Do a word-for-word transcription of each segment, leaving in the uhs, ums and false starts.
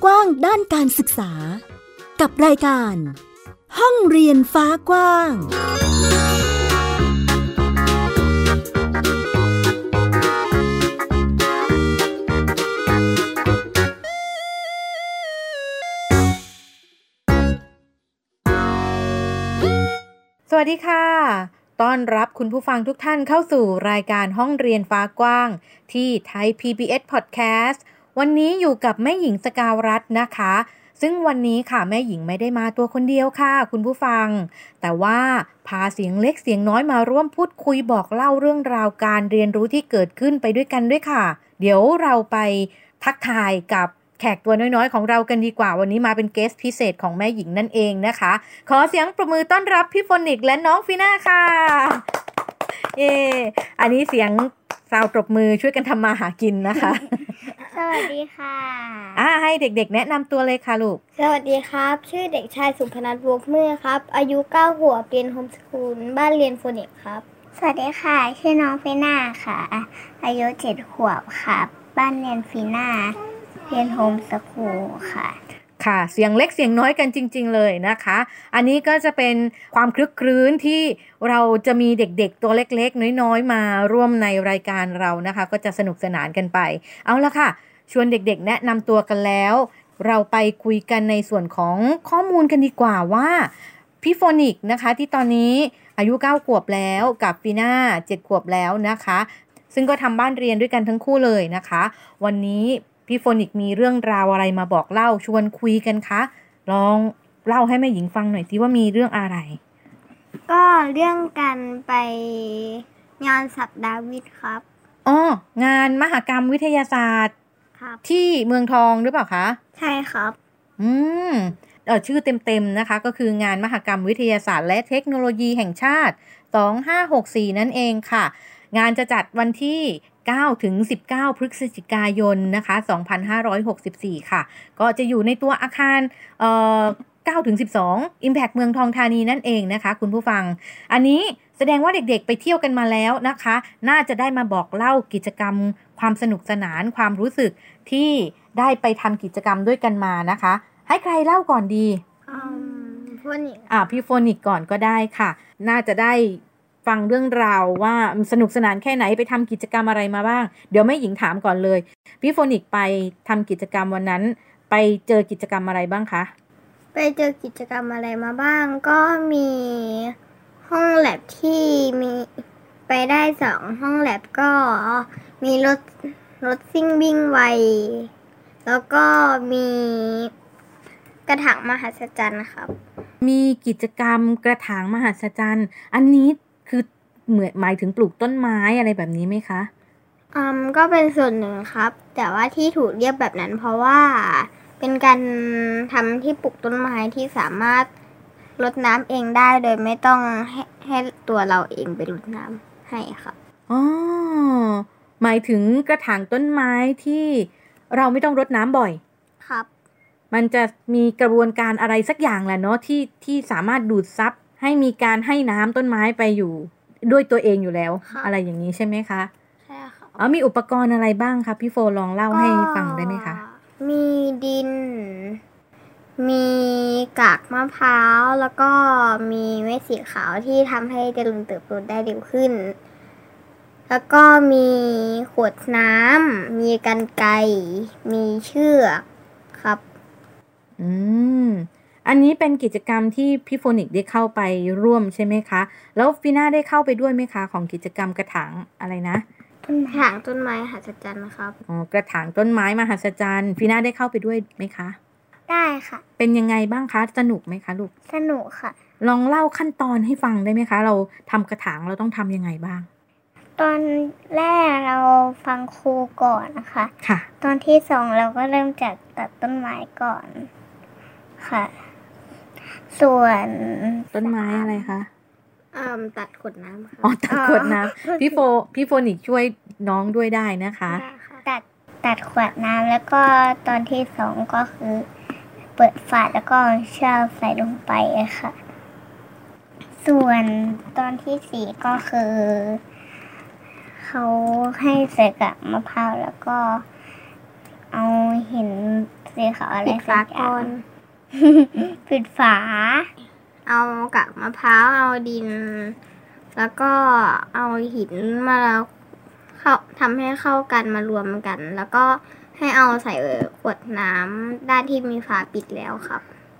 ากว้างด้านการศึกษากับรายการห้องเรียนฟ้ากว้างสวัสดีค่ะต้อนรับคุณผู้ฟังทุกท่านเข้าสู่รายการห้องเรียนฟ้ากว้างที่ไทย พี บี เอส Podcast วันนี้อยู่กับแม่หญิงสกาวรัตน์นะคะซึ่งวันนี้ค่ะแม่หญิงไม่ได้มาตัวคนเดียวค่ะคุณผู้ฟังแต่ว่าพาเสียงเล็กเสียงน้อยมาร่วมพูดคุยบอกเล่าเรื่องราวการเรียนรู้ที่เกิดขึ้นไปด้วยกันด้วยค่ะเดี๋ยวเราไปทักทายกับแขกตัวน้อยๆของเรากันดีกว่าวันนี้มาเป็นเกสต์พิเศษของแม่หญิงนั่นเองนะคะขอเสียงปรบมือต้อนรับพี่โฟนิกและน้องฟีน่าค่ะเย้อันนี้เสียงซาวปรบมือช่วยกันทำมาหากินนะคะสวัสดีค่ะอ่าให้เด็กๆแนะนำตัวเลยค่ะลูกสวัสดีครับชื่อเด็กชายสุพนัทวงศ์เมื่อครับอายุเก้าขวบเรียนโฮมสคูลบ้านเรียนโฟนิกครับสวัสดีค่ะชื่อน้องฟีน่าค่ะอายุเจ็ดขวบค่ะบ้านเรียนฟีน่าเรียนโฮมสคูลค่ะค่ะเสียงเล็กเสียงน้อยกันจริงๆเลยนะคะอันนี้ก็จะเป็นความคลึกครื้นที่เราจะมีเด็กๆตัวเล็กๆน้อยๆมาร่วมในรายการเรานะคะก็จะสนุกสนานกันไปเอาละค่ะชวนเด็กๆแนะนำตัวกันแล้วเราไปคุยกันในส่วนของข้อมูลกันดีกว่าว่าพี่โฟนิกนะคะที่ตอนนี้อายุเก้าขวบแล้วกับฟีน่าเจ็ดขวบแล้วนะคะซึ่งก็ทำบ้านเรียนด้วยกันทั้งคู่เลยนะคะวันนี้พี่โฟนิกมีเรื่องราวอะไรมาบอกเล่าชวนคุยกันคะลองเล่าให้แม่หญิงฟังหน่อยสิว่ามีเรื่องอะไรก็เรื่องการไปงานสัปดาห์วิทย์ครับอ๋องานมหกรรมวิทยาศาสตร์ที่เมืองทองหรือเปล่าคะใช่ครับอืมเออชื่อเต็มๆนะคะก็คืองานมหกรรมวิทยาศาสตร์และเทคโนโลยีแห่งชาติสองห้าหกสี่นั่นเองค่ะงานจะจัดวันที่เก้าถึงสิบเก้าพฤศจิกายนนะคะสองพันห้าร้อยหกสิบสี่ค่ะก็จะอยู่ในตัวอาคารเอ่อเก้าถึงสิบสอง Impact เมืองทองธานีนั่นเองนะคะคุณผู้ฟังอันนี้แสดงว่าเด็กๆไปเที่ยวกันมาแล้วนะคะน่าจะได้มาบอกเล่ากิจกรรมความสนุกสนานความรู้สึกที่ได้ไปทำกิจกรรมด้วยกันมานะคะให้ใครเล่าก่อนดีอืมโฟนิกอ่าพี่โฟนิกก่อนก็ได้ค่ะน่าจะได้ฟังเรื่องราวว่าสนุกสนานแค่ไหนไปทำกิจกรรมอะไรมาบ้างเดี๋ยวแม่หญิงถามก่อนเลยพี่โฟนิกไปทำกิจกรรมวันนั้นไปเจอกิจกรรมอะไรบ้างคะไปเจอกิจกรรมอะไรมาบ้างก็มีห้องแลบที่มีไปได้สองห้องแลบก็มีรถรถซิ่งวิ่งไวแล้วก็มีกระถางมหัศจรรย์ครับมีกิจกรรมกระถางมหัศจรรย์อันนี้คือเหมือนหมายถึงปลูกต้นไม้อะไรแบบนี้ไหมคะอืมก็เป็นส่วนหนึ่งครับแต่ว่าที่ถูกเรียกแบบนั้นเพราะว่าเป็นการทำที่ปลูกต้นไม้ที่สามารถรดน้ำเองได้โดยไม่ต้องให้ให้ตัวเราเองไปรดน้ำให้ครับอ๋อหมายถึงกระถางต้นไม้ที่เราไม่ต้องรดน้ำบ่อยครับมันจะมีกระบวนการอะไรสักอย่างแหละเนาะที่ที่สามารถดูดซับให้มีการให้น้ำต้นไม้ไปอยู่ด้วยตัวเองอยู่แล้วอะไรอย่างนี้ใช่ไหมคะใช่ค่ะอ๋อมีอุปกรณ์อะไรบ้างคะพี่โฟลองเล่าให้ฟังได้ไหมคะมีดินมีกากมะพร้าวแล้วก็มีเม็ดสีขาวที่ทำให้เจริญเติบโตได้เร็วขึ้นแล้วก็มีขวดน้ำมีกรรไกรมีเชือกครับอืมอันนี้เป็นกิจกรรมที่พี่โฟนิกได้เข้าไปร่วมใช่ไหมคะแล้วฟีน่าได้เข้าไปด้วยไหมคะของกิจกรรมกระถางอะไรนะกระถางต้นไม้มหัศจรรย์นะครับอ๋อกระถางต้นไม้มหัศจรรย์ฟีน่าได้เข้าไปด้วยไหมคะได้ค่ะเป็นยังไงบ้างคะสนุกไหมคะลูกสนุกค่ะลองเล่าขั้นตอนให้ฟังได้ไหมคะเราทำกระถางเราต้องทำยังไงบ้างตอนแรกเราฟังครูก่อนนะคะค่ะตอนที่สองเราก็เริ่มจากตัดต้นไม้ก่อนค่ะส่วนต้นไม้อะไรคะอ่าตัดขวดน้ำค่ะอ๋อตัดขวดน้ำพี่โฟพี่โฟนิกช่วยน้องด้วยได้นะคะตัดตัดขวดน้ำแล้วก็ตอนที่สองก็คือเปิดฝาแล้วก็เชือกใส่ลงไปค่ะส่วนตอนที่สี่ก็คือเขาให้ใส่กากมะพร้าวแล้วก็เอาหินสีขาวอะไรปิดฝาก่อนปิดฝาเอากากมะพร้าวเอาดิน แล้วก็เอาหินมาเข้าทำให้เข้ากันมารวมกัน แล้วก็ให้เอาใส่ขวดน้ำด้านที่มีฝาปิดแล้วครับ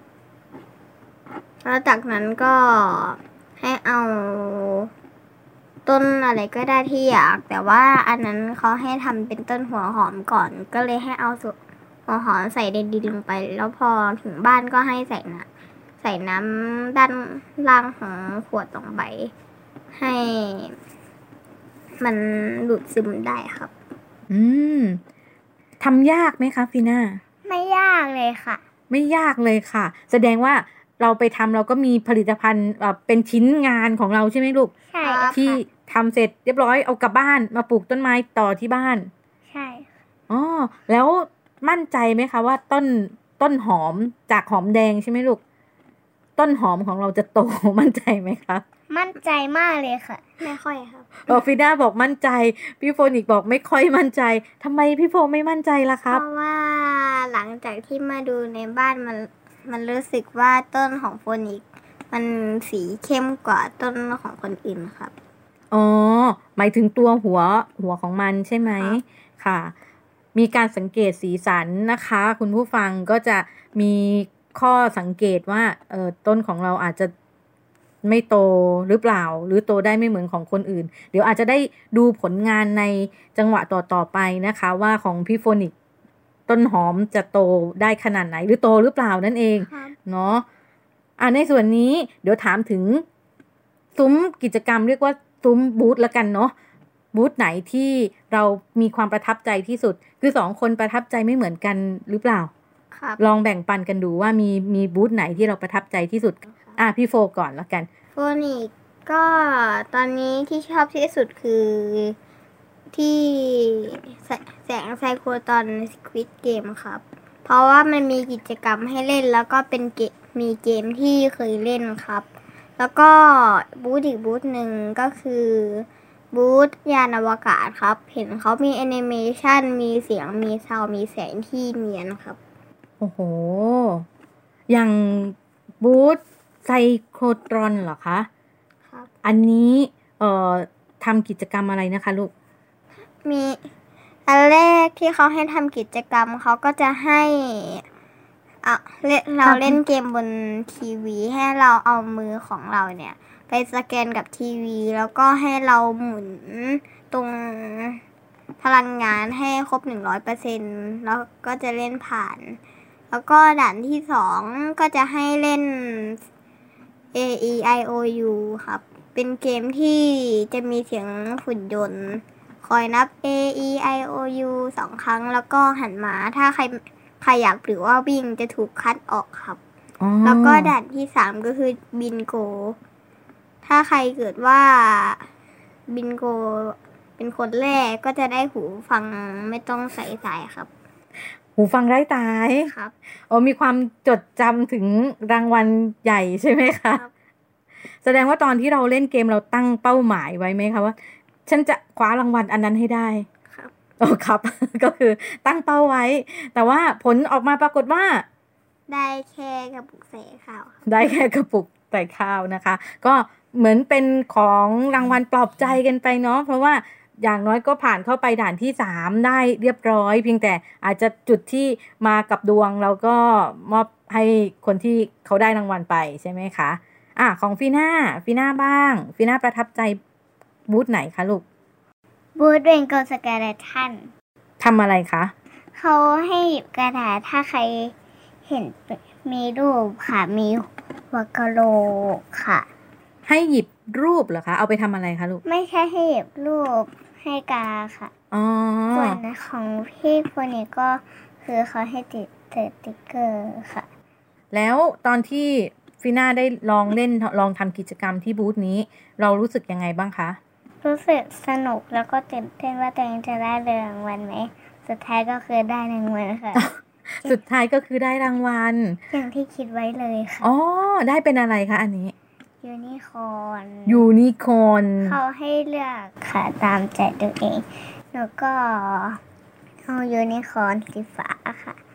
แล้วจากนั้นก็ให้เอาต้นอะไรก็ได้ที่อยากแต่ว่าอันนั้นเขาให้ทำเป็นต้นหัวหอมก่อนก็เลยให้เอาหัวหอมใส่ในดินลงไปแล้วพอถึงบ้านก็ให้ใส่น้ำใส่น้ำด้านล่างของขวดลงไปให้มันดูดซึมได้ครับอืมทำยากไหมคะฟีน่าไม่ยากเลยค่ะไม่ยากเลยค่ะแสดงว่าเราไปทำเราก็มีผลิตภัณฑ์เป็นชิ้นงานของเราใช่ไหมลูกใช่ที่ทำเสร็จเรียบร้อยเอากลับบ้านมาปลูกต้นไม้ต่อที่บ้านใช่อ๋อแล้วมั่นใจไหมคะว่าต้นต้นหอมจากหอมแดงใช่ไหมลูกต้นหอมของเราจะโตมั่นใจไหมคะมั่นใจมากเลยค่ะไม่ค่อยครับโอฟีน่าบอกมั่นใจพี่โฟนิกบอกไม่ค่อยมั่นใจทำไมพี่โฟไม่มั่นใจล่ะครับเพราะว่าหลังจากที่มาดูในบ้านมันมันรู้สึกว่าต้นของโฟนิกมันสีเข้มกว่าต้นของคนอื่นครับอ๋อหมายถึงตัวหัวหัวของมันใช่ไหมค่ะมีการสังเกตสีสันนะคะคุณผู้ฟังก็จะมีข้อสังเกตว่าเออต้นของเราอาจจะไม่โตหรือเปล่าหรือโตได้ไม่เหมือนของคนอื่นเดี๋ยวอาจจะได้ดูผลงานในจังหวะต่อๆไปนะคะว่าของพี่โฟนิกต้นหอมจะโตได้ขนาดไหนหรือโตหรือเปล่านั่นเองเนาะอ่ะในส่วนนี้เดี๋ยวถามถึงซุ้มกิจกรรมเรียกว่าซุ้มบูธละกันเนาะบูธไหนที่เรามีความประทับใจที่สุดคือสองคนประทับใจไม่เหมือนกันหรือเปล่าลองแบ่งปันกันดูว่ามีมีบูธไหนที่เราประทับใจที่สุดอ่ะพี่โฟก่อนละกันโฟนิกก็ตอนนี้ที่ชอบที่สุดคือที่แสงไซโครตอนสควิดเกมครับเพราะว่ามันมีกิจกรรมให้เล่นแล้วก็เป็นเกมมีเกมที่เคยเล่นครับแล้วก็บูธอีกบูธหนึ่งก็คือบูธยานอวกาศครับเห็นเขามีแอนิเมชันมีเสียงมีซาวด์มีแสงที่เนียนครับโอ้โหอย่างบูธไซโครตรอนเหรอคะครับอันนี้เอ่อทำกิจกรรมอะไรนะคะลูกมีอันแรกที่เขาให้ทำกิจกรรมเขาก็จะให้อ่ะเราเล่นเกมบนทีวีให้เราเอามือของเราเนี่ยไปสแกนกับทีวีแล้วก็ให้เราหมุนตรงพลังงานให้ครบ หนึ่งร้อยเปอร์เซ็นต์ แล้วก็จะเล่นผ่านแล้วก็ด่านที่สองก็จะให้เล่น เอ อี ไอ โอ ยู ครับเป็นเกมที่จะมีเสียงหุ่นยนต์คอยนับ A E I O U สองครั้งแล้วก็หันมาถ้าใครใครอยากหรือว่าวิ่งจะถูกคัดออกครับแล้วก็ด่านที่สามก็คือบิงโกถ้าใครเกิดว่าบิงโกเป็นคนแรกก็จะได้หูฟังไม่ต้องใส่สายครับหูฟังไร้สายครับอ๋อมีความจดจำถึงรางวัลใหญ่ใช่ไหมคะแสดงว่าตอนที่เราเล่นเกมเราตั้งเป้าหมายไว้ไหมคะว่าฉันจะคว้ารางวัลอันนั้นให้ได้ครับโอ้ครับ ก็คือตั้งเป้าไว้แต่ว่าผลออกมาปรากฏว่าได้แค่กระปุกใส่ข้าวได้แค่กระปุกใส่ข้าวนะคะก็เหมือนเป็นของรางวัลปลอบใจกันไปเนาะเพราะว่าอย่างน้อยก็ผ่านเข้าไปด่านที่สามได้เรียบร้อยเพียงแต่อาจจะจุดที่มากับดวงเราก็มอบให้คนที่เขาได้รางวัลไปใช่ไหมคะอ่ะของฟีน่าฟีน่าบ้างฟีน่าประทับใจบูธไหนคะลูกบูธเวนโกสเกเลตันทำอะไรคะเขาให้หยิบกระดาษถ้าใครเห็นมีรูปค่ะมีหัวกะโหลกค่ะให้หยิบรูปเหรอคะเอาไปทำอะไรคะลูกไม่ใช่ให้หยิบรูปให้กาค่ะอ๋อส่วนของพี่โฟนิกก็คือเขาให้ติดสติ๊กเกอร์ค่ะแล้วตอนที่ฟีน่าได้ลองเล่นลองทำกิจกรรมที่บูธนี้เรารู้สึกยังไงบ้างคะรู้สึกสนุกแล้วก็ตื่นเต้นว่าตัวเองจะได้รางวัลไหมสุดท้ายก็คือได้รางวัลค่ะสุดท้ายก็คือได้รางวัลอย่างที่คิดไว้เลยค่ะอ๋อได้เป็นอะไรคะอันนี้ยูนิคอร์นยูนิคอร์นเขาให้เลือกค่ะตามใจตัวเองแล้วก็เอายูนิคอร์นสีฟ้าค่ะค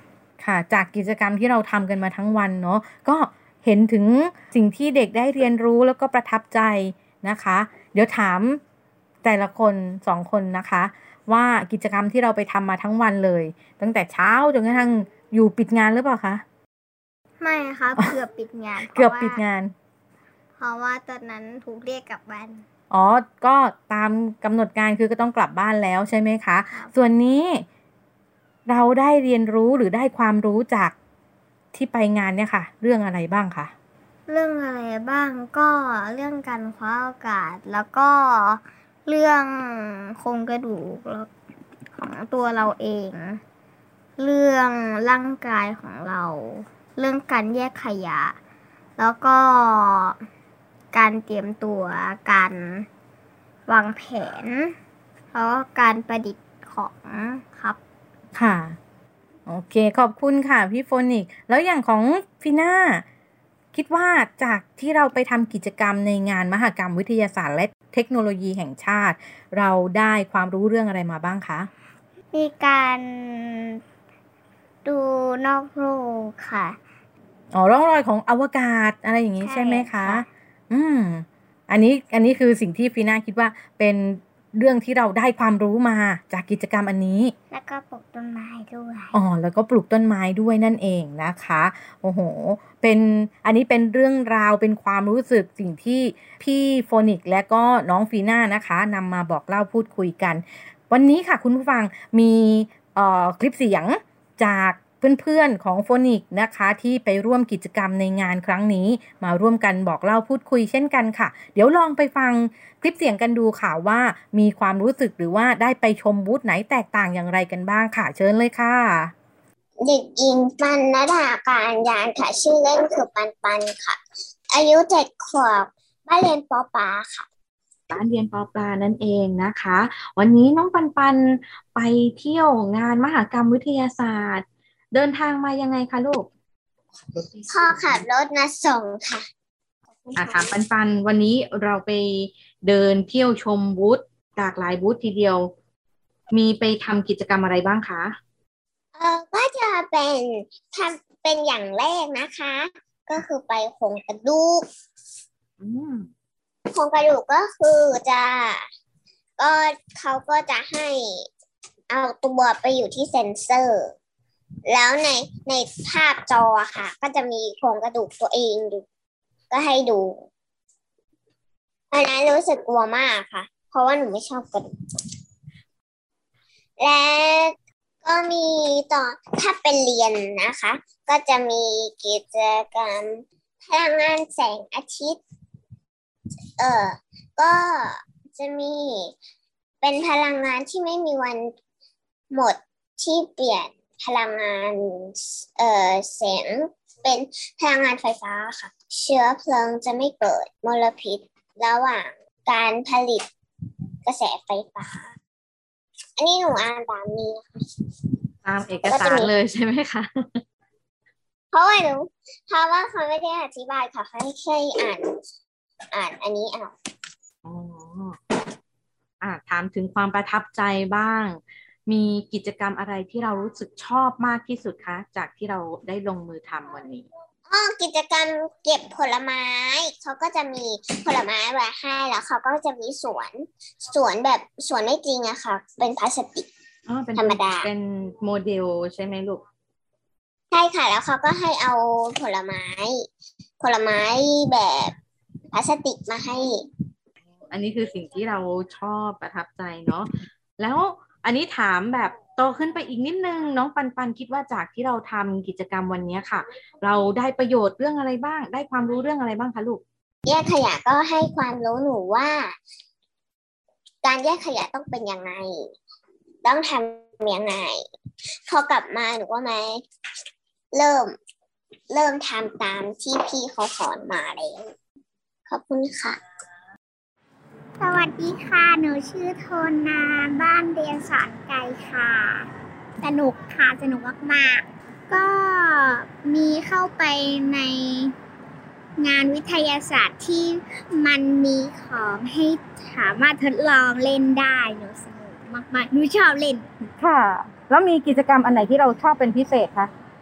ค่ะจากกิจกรรมที่เราทำกันมาทั้งวันเนาะก็เห็นถึงสิ่งที่เด็กได้เรียนรู้แล้วก็ประทับใจนะคะเดี๋ยวถามแต่ละคนสองคนนะคะว่ากิจกรรมที่เราไปทำมาทั้งวันเลยตั้งแต่เช้าจนกระทั่งอยู่ปิดงานหรือเปล่าคะไม่ครับ เกือบปิดงานเกือบปิดงานเพราะว่าตอนนั้นถูกเรียกกลับบ้านอ๋อก็ตามกำหนดการคือก็ต้องกลับบ้านแล้วใช่ไหมคะส่วนนี้เราได้เรียนรู้หรือได้ความรู้จากที่ไปงานเนี่ยค่ะเรื่องอะไรบ้างคะเรื่องอะไรบ้างก็เรื่องการคว้าโอกาสแล้วก็เรื่องโครงกระดูกของตัวเราเองเรื่องร่างกายของเราเรื่องการแยกขยะแล้วก็การเตรียมตัวการวางแผนแล้วก็การประดิษฐ์ของครับค่ะโอเคขอบคุณค่ะพี่โฟนิกแล้วอย่างของฟีน่าคิดว่าจากที่เราไปทำกิจกรรมในงานมหกรรมวิทยาศาสตร์และเทคโนโลยีแห่งชาติเราได้ความรู้เรื่องอะไรมาบ้างคะมีการดูนอกโลกค่ะอ๋อร่องรอยของอวกาศอะไรอย่างนี้ใช่ไหมคะอืมอันนี้อันนี้คือสิ่งที่ฟีน่าคิดว่าเป็นเรื่องที่เราได้ความรู้มาจากกิจกรรมอันนี้แล้วก็ปลูกต้นไม้ด้วยอ๋อแล้วก็ปลูกต้นไม้ด้วยนั่นเองนะคะโอ้โหเป็นอันนี้เป็นเรื่องราวเป็นความรู้สึกสิ่งที่พี่โฟนิกและก็น้องฟีน่านะคะนำมาบอกเล่าพูดคุยกันวันนี้ค่ะคุณผู้ฟังมีเอ่อคลิปเสียงจากเพื่อนๆของโฟนิกนะคะที่ไปร่วมกิจกรรมในงานครั้งนี้มาร่วมกันบอกเล่าพูดคุยเช่นกันค่ะเดี๋ยวลองไปฟังคลิปเสียงกันดูค่ะว่ามีความรู้สึกหรือว่าได้ไปชมบูธไหนแตกต่างอย่างไรกันบ้างค่ะเชิญเลยค่ะเด็กหญิงปันณดาการยานค่ะชื่อเล่นคือปันปันค่ะอายุเจ็ดขวบบ้านเรียนปอปลาค่ะบ้านเรียนปอปลานั่นเองนะคะวันนี้น้องปันปันไปเที่ยวงานมหกรรมวิทยาศาสตร์เดินทางมายังไงคะลูกพ่อขับรถมาส่งค่ะอ่ะถามปันปันวันนี้เราไปเดินเที่ยวชมบูธจากหลายบูธทีเดียวมีไปทำกิจกรรมอะไรบ้างคะเออก็จะเป็นทำเป็นอย่างแรกนะคะก็คือไปโครงกระดูกโครงกระดูกก็คือจะก็เขาก็จะให้เอาตัวไปอยู่ที่เซ็นเซอร์แล้วในในภาพจอค่ะก็จะมีโครงกระดูกตัวเองดูก็ให้ดูอันนั้นรู้สึกกลัวมากค่ะเพราะว่าหนูไม่ชอบกระดูกและก็มีต่อถ้าเป็นเรียนนะคะก็จะมีกิจกรรมพลังงานแสงอาทิตย์เออก็จะมีเป็นพลังงานที่ไม่มีวันหมดที่เปลี่ยนพลังงานเอ่อแสงเป็นพลังงานไฟฟ้าค่ะเชื้อเพลิงจะไม่เกิดมลพิษระหว่างการผลิตกระแสไฟฟ้าอันนี้หนูอ่านตามนี้นะคะตามเอกสารเลยใช่ไหมคะเพราะว่าหนูเพราะว่าเขาไม่ได้อธิบายค่ะเขาแค่อ่านอ่านอันนี้เอาอ๋ออ่าถามถึงความประทับใจบ้างมีกิจกรรมอะไรที่เรารู้สึกชอบมากที่สุดคะจากที่เราได้ลงมือทำวันนี้อ๋อกิจกรรมเก็บผลไม้เขาก็จะมีผลไม้ไว้ให้แล้วเขาก็จะมีสวนสวนแบบสวนไม่จริงอะค่ะเป็นพลาสติกธรรมดาเป็นโมเดลใช่ไหมลูกใช่ค่ะแล้วเขาก็ให้เอาผลไม้ผลไม้แบบพลาสติกมาให้อันนี้คือสิ่งที่เราชอบประทับใจเนาะแล้วอันนี้ถามแบบโตขึ้นไปอีกนิดนึงน้องปันปันคิดว่าจากที่เราทำกิจกรรมวันนี้ค่ะเราได้ประโยชน์เรื่องอะไรบ้างได้ความรู้เรื่องอะไรบ้างคะลูกแยกขยะก็ให้ความรู้หนูว่าการแยกขยะต้องเป็นยังไงต้องทำยังไงพอกลับมาหนูก็มาเริ่มเริ่มทำตามที่พี่เขาสอนมาแล้วขอบคุณค่ะสวัสดีค่ะหนูชื่อโทนาบ้านเรียนสอนไกลค่ะสนุกค่ะสนุกมากๆก็มีเข้าไปในงานวิทยาศาสตร์ที่มันมีของให้สามารถทดลองเล่นได้หนูสนุกมากๆหนูชอบเล่นค่ะแล้วมีกิจกรรมอันไหนที่เราชอบเป็นพิเศษคะ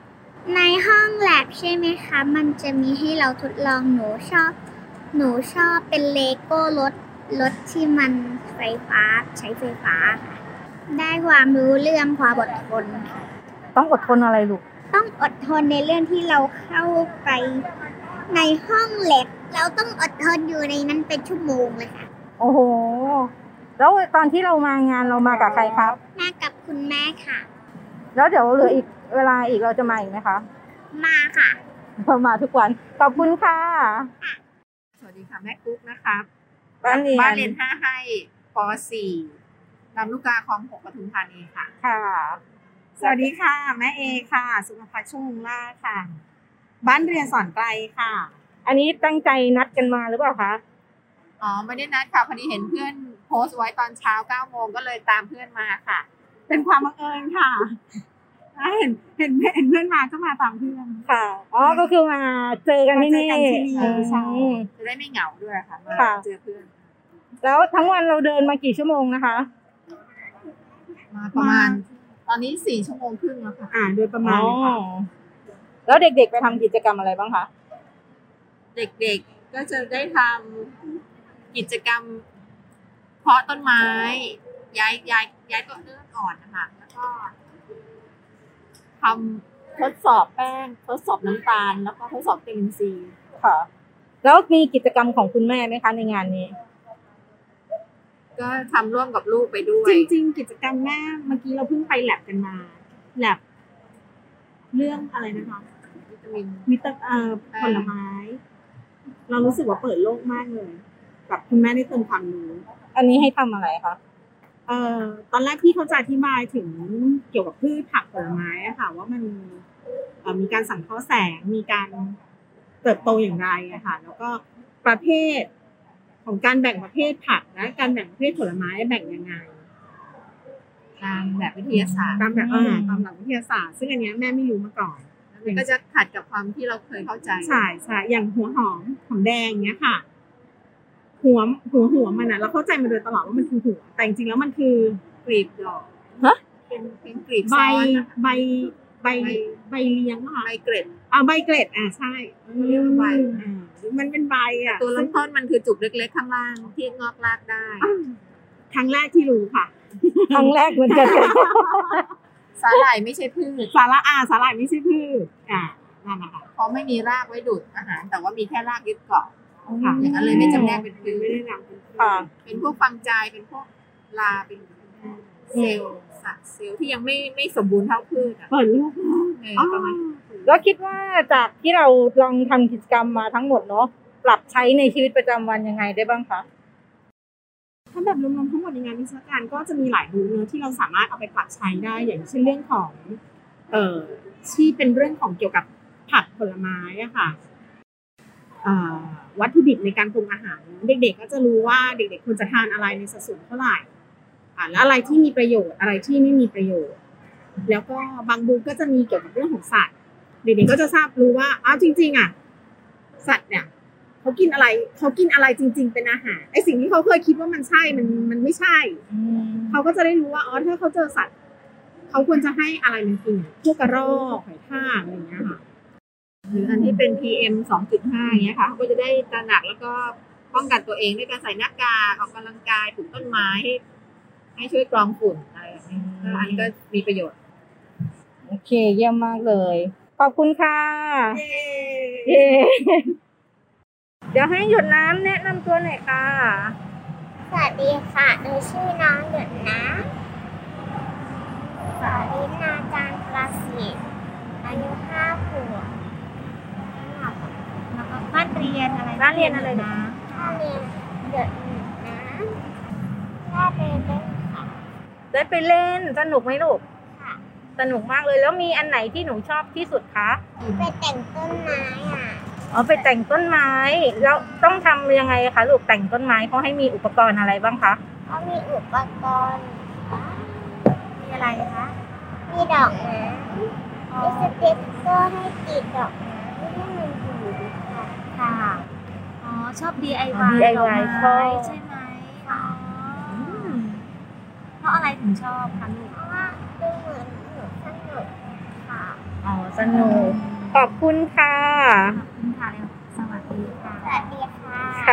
ในห้องแลบใช่ไหมคะมันจะมีให้เราทดลองหนูชอบหนูชอบเป็นเลโก้รถรถที่มันไฟฟ้าใช้ไฟฟ้าค่ะได้ความรู้เรื่องความอดทนค่ะต้องอดทนอะไรลูกต้องอดทนในเรื่องที่เราเข้าไปในห้องแลบเราต้องอดทนอยู่ในนั้นเป็นชั่วโมงเลยค่ะโอ้โหแล้วตอนที่เรามางานเรามากับใครครับมากับคุณแม่ค่ะแล้วเดี๋ยวเหลืออีกเวลาอีกเราจะมาอีกไหมคะมาค่ะเรามาทุกวันขอบคุณค่ะสวัสดีค่ะแม่กุ๊กนะคะบ้านเรียนบ้านเรียนห้าให้ป.สี่ลำลูกกาคลองหกปทุมธานีค่ะค่ะสวัสดีค่ะแม่เอค่ะสุภพัฒน์ชุ่มล่าค่ะบ้านเรียนสอนไกลค่ะอันนี้ตั้งใจนัดกันมาหรือเปล่าคะอ๋อไม่ได้นัดค่ะพอดีเห็นเพื่อนโพสต์ไว้ตอนเช้าเก้าโมงก็เลยตามเพื่อนมาค่ะเป็นความบังเอิญค่ะเห็นเห็นเห็นเพื่อนมาก็มาตามเพื่อนค่ะอ๋อก็คือมาเจอกันที่นี่ใช่จะได้ไม่เหงาด้วยค่ะมาเจอเพื่อนแล้วทั้งวันเราเดินมากี่ชั่วโมงนะคะมาประมาณตอนนี้สี่ชั่วโมงครึ่งแล้วค่ะอ่าโดยประมาณค่ะแล้วเด็กๆไปทำกิจกรรมอะไรบ้างคะเด็กๆก็จะได้ทำกิจกรรมเพาะต้นไม้ย้ายย้ายย้ายต้นเนื้ออ่อนนะคะแล้วก็ทำทดสอบแป้งทดสอบน้ำตาลแล้วก็ทดสอบจุลินทรีย์ค่ะแล้วมีกิจกรรมของคุณแม่ไหมคะในงานนี้ก็ทำร่วมกับลูกไปด้วยจริงๆกิจกรรมแม่เมื่อกี้เราเพิ่งไปแลบกันมาแลบเรื่องอะไรนะคะวิตามินวิตามินผลไม้เรารู้สึกว่าเปิดโลกมากเลยกับคุณแม่ได้เติมความรู้อันนี้ให้ทำอะไรคะเอ่อตอนแรกพี่เขาจะอธิบายถึงเกี่ยวกับพืชผักผลไม้อะค่ะว่ามันเอ่อมีการสังเคราะห์แสงมีการเติบโตอย่างไรอะค่ะแล้วก็ประเภทของการแบ่งประเภทผักและการแบ่งประเภทผลไม้แบ่งยังไงตามแบบวิทยาศาสตร์ตามแบบอ่าตามหลักวิทยาศาสตร์ซึ่งอันนี้แม่ไม่รู้มาก่อนมันก็จะขัดกับความที่เราเคยเข้าใจใช่ใช่อย่างหัวหอมหอมแดงเนี้ยค่ะหัวหัวหัวมันอ่ะเราเข้าใจมาโดยตลอดว่ามันคือหัวแต่จริงๆแล้วมันคือกลีบดอกฮะเป็นเป็นกลีบใบใบใบใบเลี้ยงค่ะใบเกล็ดอ่าใบเกล็ดอ่าใช่เรียกว่าใบมันเป็นใบอ่ะตัวลำต้นมันคือจุกเล็กๆข้างล่างที่งอกรากได้ครั้งแรกที่รู้ค่ะครั้งแรกเหมือนกันสาหร่ายไม่ใช่พืชสาระอาสาหร่ายไม่ใช่พืชอ่านั่นนะคะเพราะไม่มีรากไว้ดูดอาหารแต่ว่ามีแค่รากยึดเกาะค่ะอย่างนั้นเลยไม่จำแนกเป็นพืชไม่ได้นำเป็นค่ะเป็นพวกฟังไจเป็นพวกลาเป็นเซลล์สัตว์เซลล์ที่ยังไม่ไม่สมบูรณ์เท่าพืชอ่ะเปิดลูกประมาณแล้วคิดว่าจากที่เราลองทำกิจกรรมมาทั้งหมดเนาะปรับใช้ในชีวิตประจำวันยังไงได้บ้างคะถ้าแบบรวมๆทั้งหมดในงานวิชาการก็จะมีหลายรูปเนื้อที่เราสามารถเอาไปปรับใช้ได้อย่างเช่นเรื่องของเอ่อที่เป็นเรื่องของเกี่ยวกับผักผลไม้อะค่ะวัตถุดิบในการปรุงอาหารเด็กๆก็จะรู้ว่าเด็กๆควรจะทานอะไรในสัดส่วนเท่าไหร่อ่าแล้วอะไรที่มีประโยชน์อะไรที่ไม่มีประโยชน์แล้วก็บางบูก็จะมีเกี่ยวกับเรื่องของสัตว์เด็กๆก็จะทราบรู้ว่าอ้าวจริงๆอ่ะสัตว์เนี่ยเขากินอะไรเขากินอะไรจริงๆเป็นอาหารไอสิ่งที่เขาเคยคิดว่ามันใช่มันมันไม่ใช่เขาก็จะได้รู้ว่าอ๋อถ้าเขาเจอสัตว์เขาควรจะให้อะไรมันกินพวกกระรอกหอยทากอะไรอย่างเงี้ยค่ะหรืออันที่เป็น พี เอ็ม สองจุดห้า อย่างเงี้ยค่ะเขาก็จะได้ตระหนักแล้วก็ป้องกันตัวเองด้วยการใส่หน้ากากออกกำลังกายปลูกต้นไม้ให้ให้ช่วยกรองฝุ่นอะไรแบบนี้อันนี้ก็มีประโยชน์โอเคเยี่ยมมากเลยขอบคุณค่ะเย้ เดี๋ยวให้หยดน้ำแนะนำตัวหน่อยค่ะสวัสดีค่ะหนูชื่อน้องหยดน้ำสารินาจารย์ประสิทธิ์อายุห้าขวบแล้วก็บ้านเรียนอะไรบ้านเรียนอะไรนะบ้านเรียนหยดน้ำได้ไปเล่นค่ะได้ไปเล่นสนุกไหมลูกค่ะสนุกมากเลยแล้วมีอันไหนที่หนูชอบที่สุดคะไปแต่งต้นไม้อ่ะอ๋อไปแต่งต้นไม้แล้วต้องทำยังไงคะลูกแต่งต้นไม้เขาให้มีอุปกรณ์อะไรบ้างคะเขามีอุปกรณ์มีอะไรคะมีดอกไม้มีสติ๊กเกอร์ให้ติดดอกไม้ให้มันอยู่ค่ะค่ะอ๋อชอบ ดี ไอ วายดี ไอ วายใช่ไหมอ๋อเพราะอะไรถึงชอบคะลูกเพราะว่าดูเหมือนหนูสนุกค่ะออ๋อสนุกขอบคุณค่ะขอบคุณค่ะสวัสดีค่ะสวัสดีค่ะ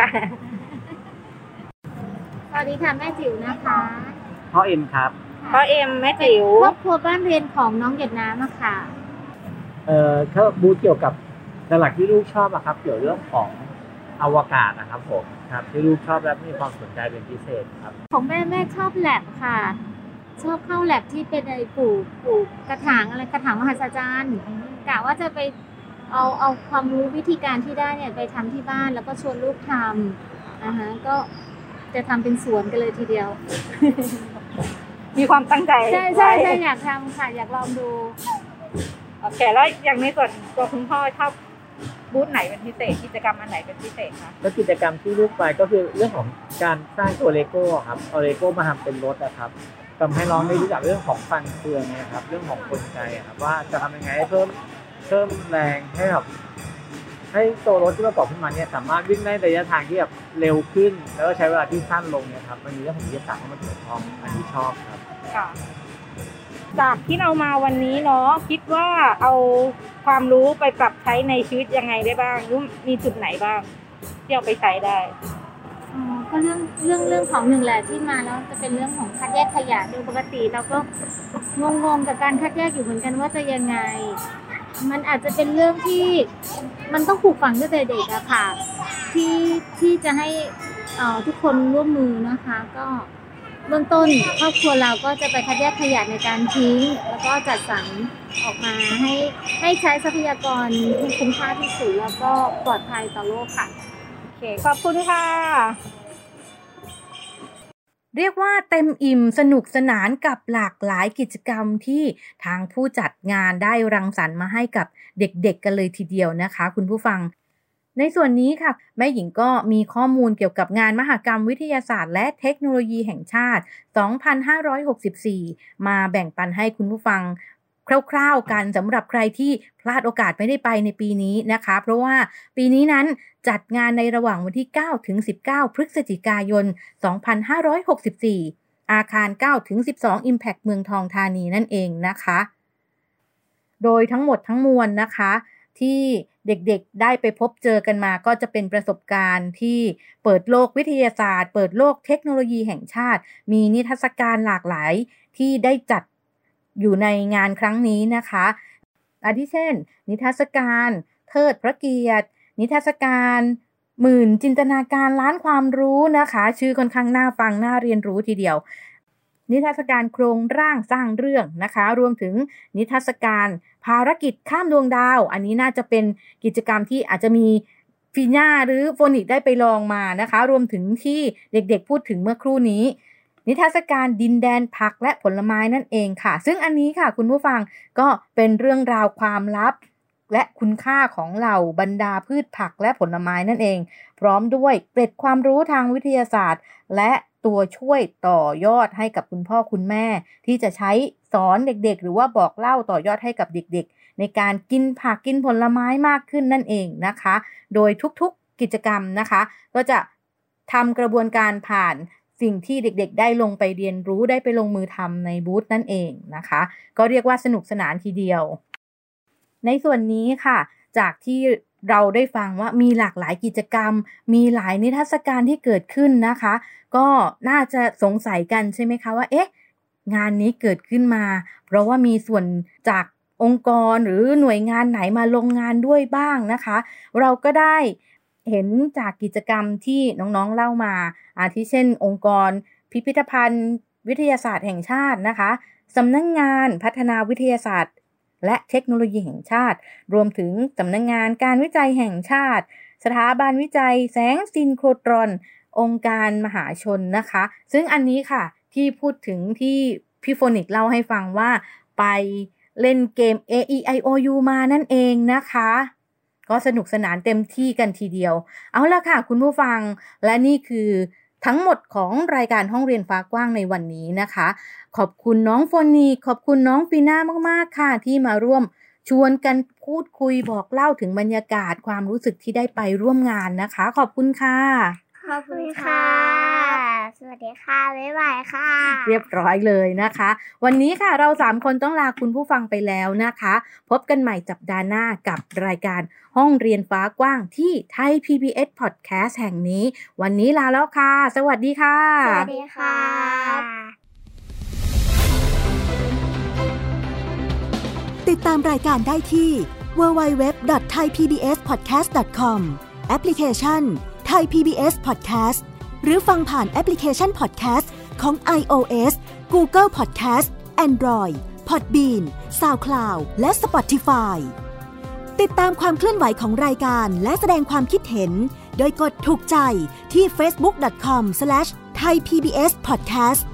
สวัสดีค่ะแม่จิ๋วนะคะพ่อเอ็มครับพ่อเอ็มแม่จิ๋วครอบครัวบ้านเรียนของน้องหยดน้ำอะค่ะเอ่อถ้าบูธเกี่ยวกับหลักที่ลูกชอบอะครับเกี่ยวเรื่องของอวกาศนะครับผมครับที่ลูกชอบและมีความสนใจเป็นพิเศษครับของแม่แม่ชอบแลบค่ะชอบเข้าแลบที่เป็นไอ้ปลูกปลูกกระถางอะไรกระถางมหัศจรรย์กะว่าจะไปเอาเอาความรู้วิธีการที่ได้เนี่ยไปทำที่บ้านแล้วก็ชวนลูกทำอ่าฮะก็จะทำเป็นสวนกันเลยทีเดียวมีความตั้งใจใช่ใช่ใช่อยากทำค่ะอยากลองดูโอเคแล้วอย่างในส่วนตัวคุณพ่อชอบบูธไหนเป็นพิเศษกิจกรรมอันไหนเป็นพิเศษคะแล้วกิจกรรมที่ลูกไปก็คือเรื่องของการสร้างตัวเลโก้ครับเอาเลโก้มาทำเป็นรถนะครับทำให้น้องได้รู้จักเรื่องของฟันเฟืองนะครับเรื่องของกลไกครับว่าจะทำยังไงให้เพิ่มเพิ่มแรงให้แบบให้ตัวรถที่ประกอบขึ้นมาเนี่ยสามารถวิ่งได้ระยะทางที่แบบเร็วขึ้นแล้วก็ใช้เวลาที่สั้นลงเนี่ยครับมันมีเรื่องของวิทยาศาสตร์เข้ามาเกี่ยวข้องอันนี้ชอบครับค่ะจากที่เรามาวันนี้เนาะคิดว่าเอาความรู้ไปปรับใช้ในชีวิตยังไงได้บ้างหรือมีจุดไหนบ้างที่เอาไปใช้ได้อ๋อก็เรื่องเรื่องเรื่องของหนึ่งแหละที่มาแล้วจะเป็นเรื่องของคัดแยกขยะโดยปกติเราก็งงๆกับการคัดแยกอยู่เหมือนกันว่าจะยังไงมันอาจจะเป็นเรื่องที่มันต้องปลูกฝังตั้งแต่เด็กอะค่ะที่ที่จะให้เอ่อทุกคนร่วมมือนะคะก็เบื้องต้นครอบครัวเราก็จะไปคัดแยกขยะในการทิ้งแล้วก็จัดสรรออกมาให้ให้ใช้ทรัพยากรที่คุ้มค่าที่สุดแล้วก็ปลอดภัยต่อโลกค่ะโอเคขอบคุณค่ะเรียกว่าเต็มอิ่มสนุกสนานกับหลากหลายกิจกรรมที่ทางผู้จัดงานได้รังสรรค์มาให้กับเด็กๆกันเลยทีเดียวนะคะคุณผู้ฟังในส่วนนี้ค่ะแม่หญิงก็มีข้อมูลเกี่ยวกับงานมหกรรมวิทยาศาสตร์และเทคโนโลยีแห่งชาติสองพันห้าร้อยหกสิบสี่มาแบ่งปันให้คุณผู้ฟังคร่าวๆกันสำหรับใครที่พลาดโอกาสไม่ได้ไปในปีนี้นะคะเพราะว่าปีนี้นั้นจัดงานในระหว่างวันที่เก้าถึงสิบเก้าพฤศจิกายนสองพันห้าร้อยหกสิบสี่อาคารเก้าถึงสิบสอง Impact เมืองทองธานีนั่นเองนะคะโดยทั้งหมดทั้งมวลนะคะที่เด็กๆได้ไปพบเจอกันมาก็จะเป็นประสบการณ์ที่เปิดโลกวิทยาศาสตร์เปิดโลกเทคโนโลยีแห่งชาติมีนิทรรศการหลากหลายที่ได้จัดอยู่ในงานครั้งนี้นะคะอาทิเช่นนิทรรศการเทิดพระเกียรตินิทรรศการหมื่นจินตนาการล้านความรู้นะคะชื่อค่อนข้างน่าฟังน่าเรียนรู้ทีเดียวนิทรรศการโครงร่างสร้างเรื่องนะคะรวมถึงนิทรรศการภารกิจข้ามดวงดาวอันนี้น่าจะเป็นกิจกรรมที่อาจจะมีฟีน่าหรือโฟนิกได้ไปลองมานะคะรวมถึงที่เด็กๆพูดถึงเมื่อครู่นี้นิทรรศการดินแดนผักและผลไม้นั่นเองค่ะซึ่งอันนี้ค่ะคุณผู้ฟังก็เป็นเรื่องราวความลับและคุณค่าของเหล่าบรรดาพืชผักและผลไม้นั่นเองพร้อมด้วยเกร็ดความรู้ทางวิทยาศาสตร์และตัวช่วยต่อยอดให้กับคุณพ่อคุณแม่ที่จะใช้สอนเด็กๆหรือว่าบอกเล่าต่อยอดให้กับเด็กๆในการกินผักกินผลไม้มากขึ้นนั่นเองนะคะโดยทุกๆกิจกรรมนะคะก็จะทำกระบวนการผ่านสิ่งที่เด็กๆได้ลงไปเรียนรู้ได้ไปลงมือทำในบูธนั่นเองนะคะก็เรียกว่าสนุกสนานทีเดียวในส่วนนี้ค่ะจากที่เราได้ฟังว่ามีหลากหลายกิจกรรมมีหลายนิทรรศการที่เกิดขึ้นนะคะก็น่าจะสงสัยกันใช่ไหมคะว่าเอ๊ะงานนี้เกิดขึ้นมาเพราะว่ามีส่วนจากองค์กรหรือหน่วยงานไหนมาลงงานด้วยบ้างนะคะเราก็ได้เห็นจากกิจกรรมที่น้องๆเล่ามาอาทิเช่นองค์กรพิพิธภัณฑ์วิทยาศาสตร์แห่งชาตินะคะสำนักงานพัฒนาวิทยาศาสตร์และเทคโนโลยีแห่งชาติรวมถึงสำนักงานการวิจัยแห่งชาติสถาบันวิจัยแสงซินโครตรอนองค์การมหาชนนะคะซึ่งอันนี้ค่ะที่พูดถึงที่พี่โฟนิกเล่าให้ฟังว่าไปเล่นเกม เอ อี ไอ โอ ยู มานั่นเองนะคะก็สนุกสนานเต็มที่กันทีเดียวเอาล่ะค่ะคุณผู้ฟังและนี่คือทั้งหมดของรายการห้องเรียนฟ้ากว้างในวันนี้นะคะขอบคุณน้องโฟนีขอบคุณน้องฟีน่ามากๆค่ะที่มาร่วมชวนกันพูดคุยบอกเล่าถึงบรรยากาศความรู้สึกที่ได้ไปร่วมงานนะคะขอบคุณค่ะขอบคุณค่ะสวัสวัสดีค่ะบ๊ายบายค่ะเรียบร้อยเลยนะคะวันนี้ค่ะเราสามคนต้องลาคุณผู้ฟังไปแล้วนะคะพบกันใหม่สัปดาห์หน้ากับรายการห้องเรียนฟ้ากว้างที่ไทย พี บี เอส Podcast แห่งนี้วันนี้ลาแล้วค่ะสวัสดีค่ะสวัสดีค่ะติดตามรายการได้ที่ ดับเบิลยู ดับเบิลยู ดับเบิลยู ดอท ไทย พี บี เอส พอดแคสต์ ดอท คอม แอปพลิเคชัน Thai พี บี เอส Podcast หรือฟังผ่านแอปพลิเคชัน Podcast ของ iOS Google Podcast Android Podbean SoundCloud และ Spotify ติดตามความเคลื่อนไหวของรายการและแสดงความคิดเห็นโดยกดถูกใจที่ เฟซบุ๊ก ดอท คอม สแลช ไทย พี บี เอส พอดแคสต์